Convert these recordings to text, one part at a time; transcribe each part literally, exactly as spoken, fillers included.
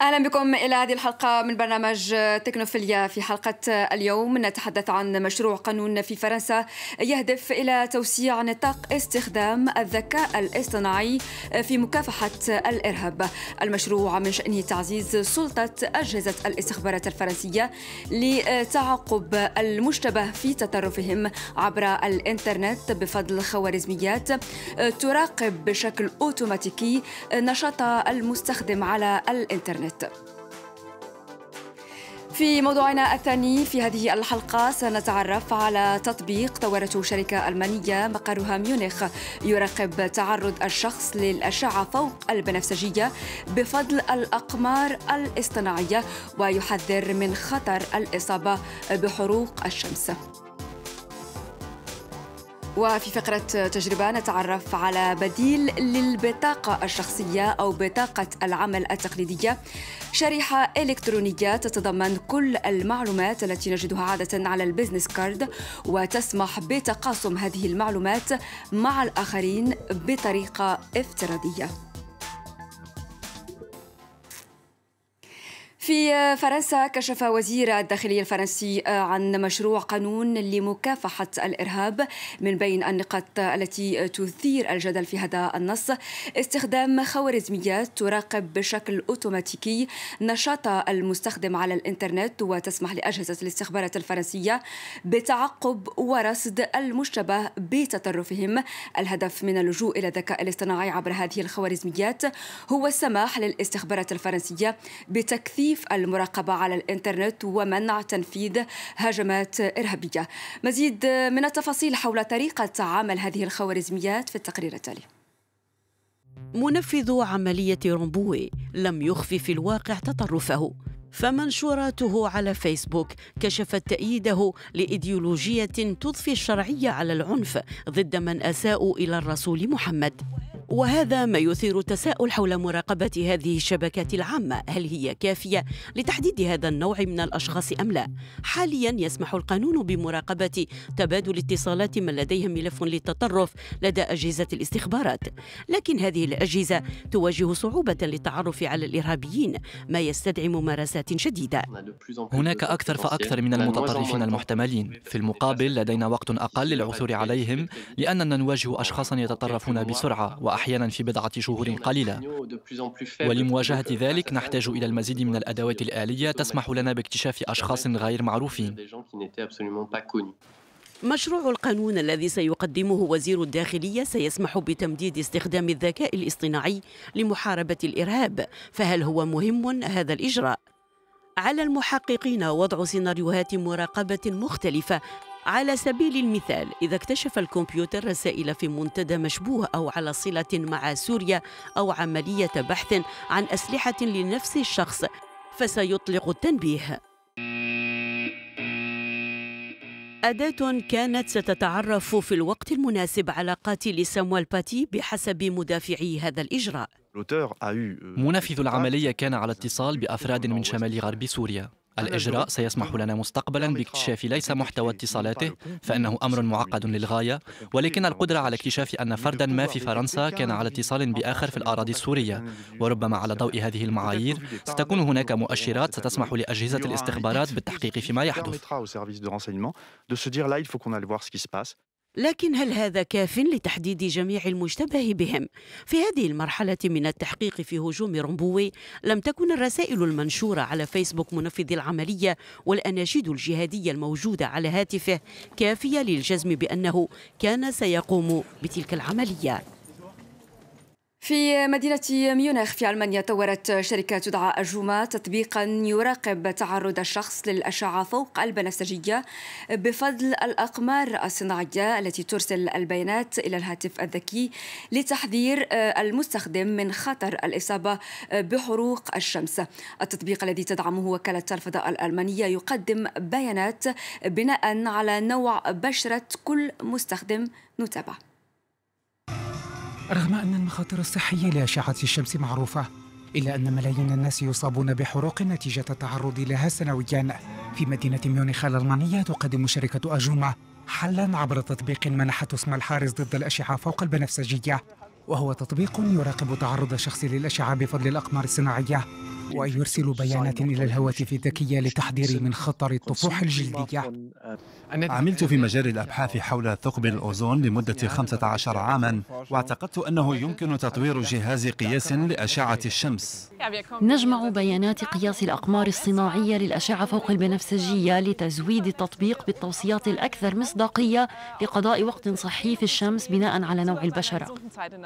أهلا بكم إلى هذه الحلقة من برنامج تكنوفيليا. في حلقة اليوم نتحدث عن مشروع قانون في فرنسا يهدف إلى توسيع نطاق استخدام الذكاء الاصطناعي في مكافحة الإرهاب. المشروع من شأنه تعزيز سلطة أجهزة الاستخبارات الفرنسية لتعقب المشتبه في تطرفهم عبر الإنترنت بفضل خوارزميات تراقب بشكل أوتوماتيكي نشاط المستخدم على الإنترنت. في موضوعنا الثاني في هذه الحلقة سنتعرف على تطبيق طورته شركة ألمانية مقرها ميونخ يراقب تعرض الشخص للأشعة فوق البنفسجية بفضل الأقمار الاصطناعية ويحذر من خطر الإصابة بحروق الشمس. وفي فقرة تجربة نتعرف على بديل للبطاقة الشخصية أو بطاقة العمل التقليدية، شريحة إلكترونية تتضمن كل المعلومات التي نجدها عادة على البيزنس كارد وتسمح بتقاسم هذه المعلومات مع الآخرين بطريقة افتراضية. في فرنسا كشف وزير الداخلية الفرنسي عن مشروع قانون لمكافحة الإرهاب. من بين النقاط التي تثير الجدل في هذا النص استخدام خوارزميات تراقب بشكل أوتوماتيكي نشاط المستخدم على الإنترنت وتسمح لأجهزة الاستخبارات الفرنسية بتعقب ورصد المشتبه بتطرفهم. الهدف من اللجوء إلى الذكاء الاصطناعي عبر هذه الخوارزميات هو السماح للاستخبارات الفرنسية بتكثيف المراقبة على الإنترنت ومنع تنفيذ هجمات إرهابية. مزيد من التفاصيل حول طريقة عمل هذه الخوارزميات في التقرير التالي. منفذ عملية رامبوي لم يخفي في الواقع تطرفه، فمنشوراته على فيسبوك كشفت تأييده لإيديولوجية تضفي الشرعية على العنف ضد من أساءوا إلى الرسول محمد. وهذا ما يثير التساؤل حول مراقبة هذه الشبكات العامة، هل هي كافية لتحديد هذا النوع من الأشخاص أم لا؟ حالياً يسمح القانون بمراقبة تبادل اتصالات من لديهم ملف للتطرف لدى أجهزة الاستخبارات، لكن هذه الأجهزة تواجه صعوبة للتعرف على الإرهابيين، ما يستدعي ممارسات شديدة. هناك أكثر فأكثر من المتطرفين المحتملين، في المقابل لدينا وقت أقل للعثور عليهم لأننا نواجه أشخاصاً يتطرفون بسرعة وأحياناً في بضعة شهور قليلة، ولمواجهة ذلك نحتاج إلى المزيد من الأدوات الآلية تسمح لنا باكتشاف أشخاص غير معروفين. مشروع القانون الذي سيقدمه وزير الداخلية سيسمح بتمديد استخدام الذكاء الاصطناعي لمحاربة الإرهاب، فهل هو مهم هذا الإجراء؟ على المحققين وضع سيناريوهات مراقبة مختلفة. على سبيل المثال، إذا اكتشف الكمبيوتر رسائل في منتدى مشبوه أو على صلة مع سوريا أو عملية بحث عن أسلحة لنفس الشخص، فسيطلق التنبيه. أداة كانت ستتعرف في الوقت المناسب على قاتل سامويل باتي بحسب مدافعي هذا الإجراء. منفذ العملية كان على اتصال بأفراد من شمال غرب سوريا. الإجراء سيسمح لنا مستقبلاً باكتشاف ليس محتوى اتصالاته، فإنه أمر معقد للغاية، ولكن القدرة على اكتشاف أن فرداً ما في فرنسا كان على اتصال بآخر في الأراضي السورية. وربما على ضوء هذه المعايير ستكون هناك مؤشرات ستسمح لأجهزة الاستخبارات بالتحقيق فيما يحدث. لكن هل هذا كاف لتحديد جميع المشتبه بهم؟ في هذه المرحلة من التحقيق في هجوم رامبوي لم تكن الرسائل المنشورة على فيسبوك منفذ العملية والأناشيد الجهادية الموجودة على هاتفه كافية للجزم بأنه كان سيقوم بتلك العملية. في مدينة ميونخ في ألمانيا طورت شركة تدعى أجوما تطبيقاً يراقب تعرض الشخص للأشعة فوق البنفسجية بفضل الأقمار الصناعية التي ترسل البيانات إلى الهاتف الذكي لتحذير المستخدم من خطر الإصابة بحروق الشمس. التطبيق الذي تدعمه وكالة الفضاء الألمانية يقدم بيانات بناء على نوع بشرة كل مستخدم. نتابع. رغم أن المخاطر الصحية لأشعة الشمس معروفة، إلا أن ملايين الناس يصابون بحروق نتيجة التعرض لها سنوياً. في مدينة ميونخ الألمانية تقدم شركة أجوما حلاً عبر تطبيق منحته اسم الحارس ضد الأشعة فوق البنفسجية، وهو تطبيق يراقب تعرض الشخص للأشعة بفضل الأقمار الصناعية ويرسل بيانات إلى الهواتف الذكية للتحذير من خطر الطفوح الجلدية. عملت في مجال الأبحاث حول ثقب الأوزون لمدة خمسة عشر عاماً، واعتقدت أنه يمكن تطوير جهاز قياس لأشعة الشمس. نجمع بيانات قياس الأقمار الصناعية للأشعة فوق البنفسجية لتزويد التطبيق بالتوصيات الأكثر مصداقية لقضاء وقت صحي في الشمس بناء على نوع البشرة.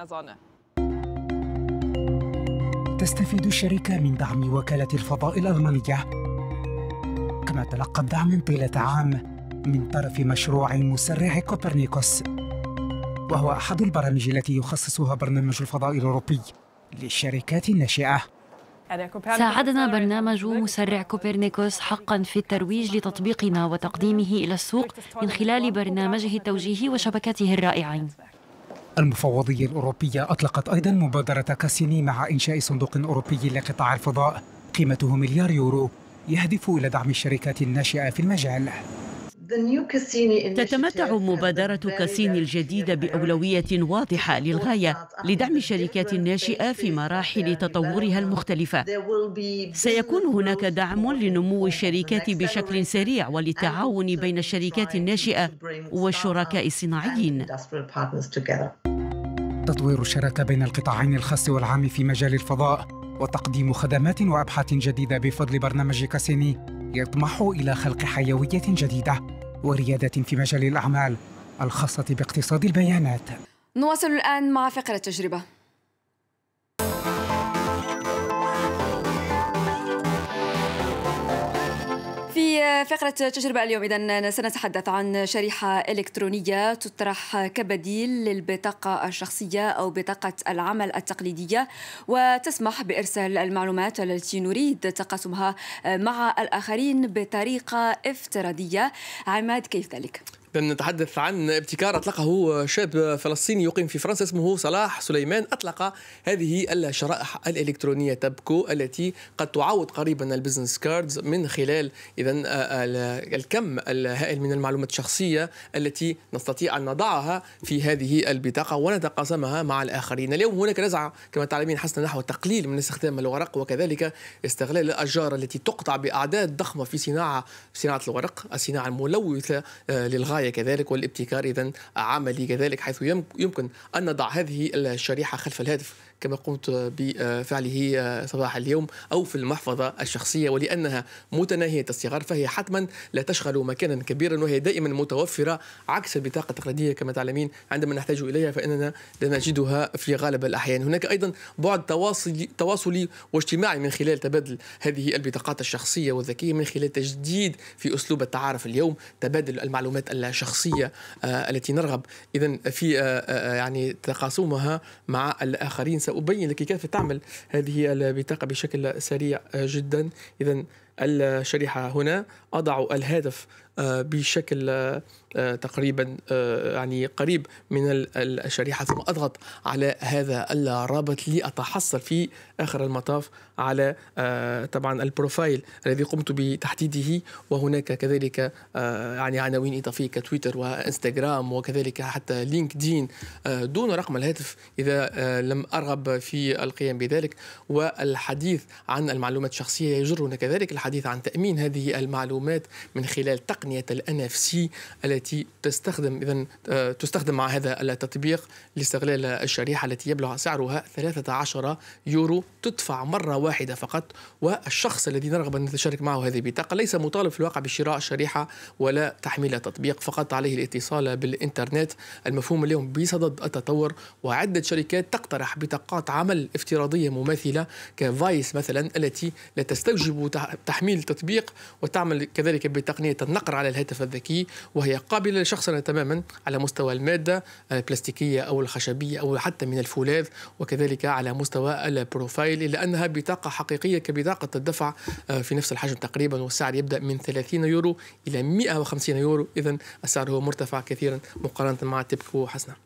تستفيد الشركة من دعم وكالة الفضاء الألمانية، كما تلقت دعم طيلة عام من طرف مشروع مسرع كوبرنيكوس، وهو أحد البرامج التي يخصصها برنامج الفضاء الأوروبي للشركات الناشئة. ساعدنا برنامج مسرع كوبرنيكوس حقا في الترويج لتطبيقنا وتقديمه إلى السوق من خلال برنامجه التوجيهي وشبكته الرائعين. المفوضية الأوروبية أطلقت أيضاً مبادرة كاسيني مع إنشاء صندوق أوروبي لقطاع الفضاء قيمته مليار يورو يهدف إلى دعم الشركات الناشئة في المجال. تتمتع مبادرة كاسيني الجديدة بأولوية واضحة للغاية لدعم الشركات الناشئة في مراحل تطورها المختلفة. سيكون هناك دعم لنمو الشركات بشكل سريع وللتعاون بين الشركات الناشئة والشركاء الصناعيين. تطوير الشراكة بين القطاعين الخاص والعام في مجال الفضاء وتقديم خدمات وأبحاث جديدة بفضل برنامج كاسيني يطمح إلى خلق حيوية جديدة وريادة في مجال الأعمال الخاصة باقتصاد البيانات. نواصل الآن مع فقرة تجربة. في فقرة تجربة اليوم إذن سنتحدث عن شريحة إلكترونية تطرح كبديل للبطاقة الشخصية أو بطاقة العمل التقليدية، وتسمح بإرسال المعلومات التي نريد تقاسمها مع الآخرين بطريقة افتراضية. عماد، كيف ذلك؟ نتحدث عن ابتكار أطلقه شاب فلسطيني يقيم في فرنسا اسمه صلاح سليمان. أطلق هذه الشرائح الإلكترونية تابكو التي قد تعوض قريبا البزنس كاردز من خلال إذن الكم الهائل من المعلومات الشخصية التي نستطيع أن نضعها في هذه البطاقة ونتقاسمها مع الآخرين. اليوم هناك نزعة كما تعلمين حسنا نحو التقليل من استخدام الورق، وكذلك استغلال الأشجار التي تقطع بأعداد ضخمة في صناعة صناعة الورق، الصناعة الملوثة للغاية كذلك، والابتكار إذن عملي كذلك، حيث يمكن أن نضع هذه الشريحة خلف الهاتف كما قمت بفعله صباح اليوم أو في المحفظة الشخصية، ولأنها متناهية الصغر فهي حتما لا تشغل مكانا كبيرا، وهي دائما متوفرة عكس البطاقة التقليدية كما تعلمين عندما نحتاج إليها فإننا لا نجدها في غالب الأحيان. هناك أيضا بعد تواصلي تواصلي واجتماعي من خلال تبادل هذه البطاقات الشخصية والذكية، من خلال تجديد في أسلوب التعارف اليوم، تبادل المعلومات الشخصية التي نرغب إذن في يعني تقاسمها مع الآخرين. سأبين لك كيف تعمل هذه البطاقة بشكل سريع جدا. إذن الشريحة هنا أضع الهاتف بشكل تقريبا يعني قريب من الشريحة، ثم أضغط على هذا الرابط لأتحصل في آخر المطاف على طبعا البروفايل الذي قمت بتحديده، وهناك كذلك يعني عناوين إضافية كتويتر وإنستغرام وكذلك حتى لينكدين دون رقم الهاتف إذا لم أرغب في القيام بذلك. والحديث عن المعلومات الشخصية يجرنا كذلك الحديث عن تأمين هذه المعلومات من خلال تقنية ال إن إف سي التي تستخدم إذن تستخدم مع هذا التطبيق لاستغلال الشريحة التي يبلغ سعرها ثلاثة عشر يورو، تدفع مرة واحدة فقط، والشخص الذي نرغب أن نتشارك معه هذه البطاقة ليس مطالب في الواقع بشراء الشريحة ولا تحميل التطبيق، فقط عليه الاتصال بالإنترنت. المفهوم اليوم بصدد التطور، وعدة شركات تقترح بطاقات عمل افتراضية مماثلة كفايس مثلا التي لا تستوجب تحميل التطبيق وتعمل كذلك بتقنية النقر على الهاتف الذكي، وهي قابلة لشخصنا تماما على مستوى المادة البلاستيكية أو الخشبية أو حتى من الفولاذ، وكذلك على مستوى البروفايل، إلا أنها بطاقة حقيقية كبطاقة الدفع في نفس الحجم تقريبا، والسعر يبدأ من ثلاثين يورو إلى مئة وخمسين يورو. إذن السعر هو مرتفع كثيرا مقارنة مع تبكو حسنا.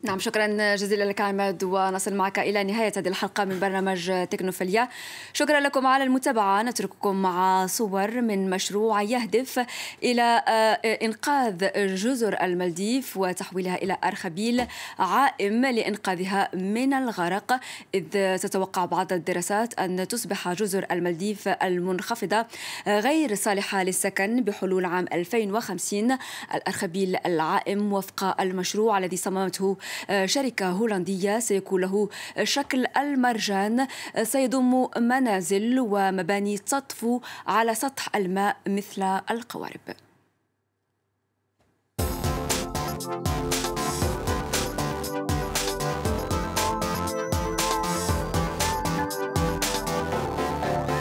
نعم، شكرا جزيلا لك عماد، ونصل معك إلى نهاية هذه الحلقة من برنامج تكنوفيليا. شكرا لكم على المتابعة. نترككم مع صور من مشروع يهدف إلى إنقاذ جزر المالديف وتحويلها إلى أرخبيل عائم لإنقاذها من الغرق، إذ تتوقع بعض الدراسات أن تصبح جزر المالديف المنخفضة غير صالحة للسكن بحلول عام ألفين وخمسين. الأرخبيل العائم وفق المشروع الذي صممته شركة هولندية سيكون له شكل المرجان، سيضم منازل ومباني تطفو على سطح الماء مثل القوارب.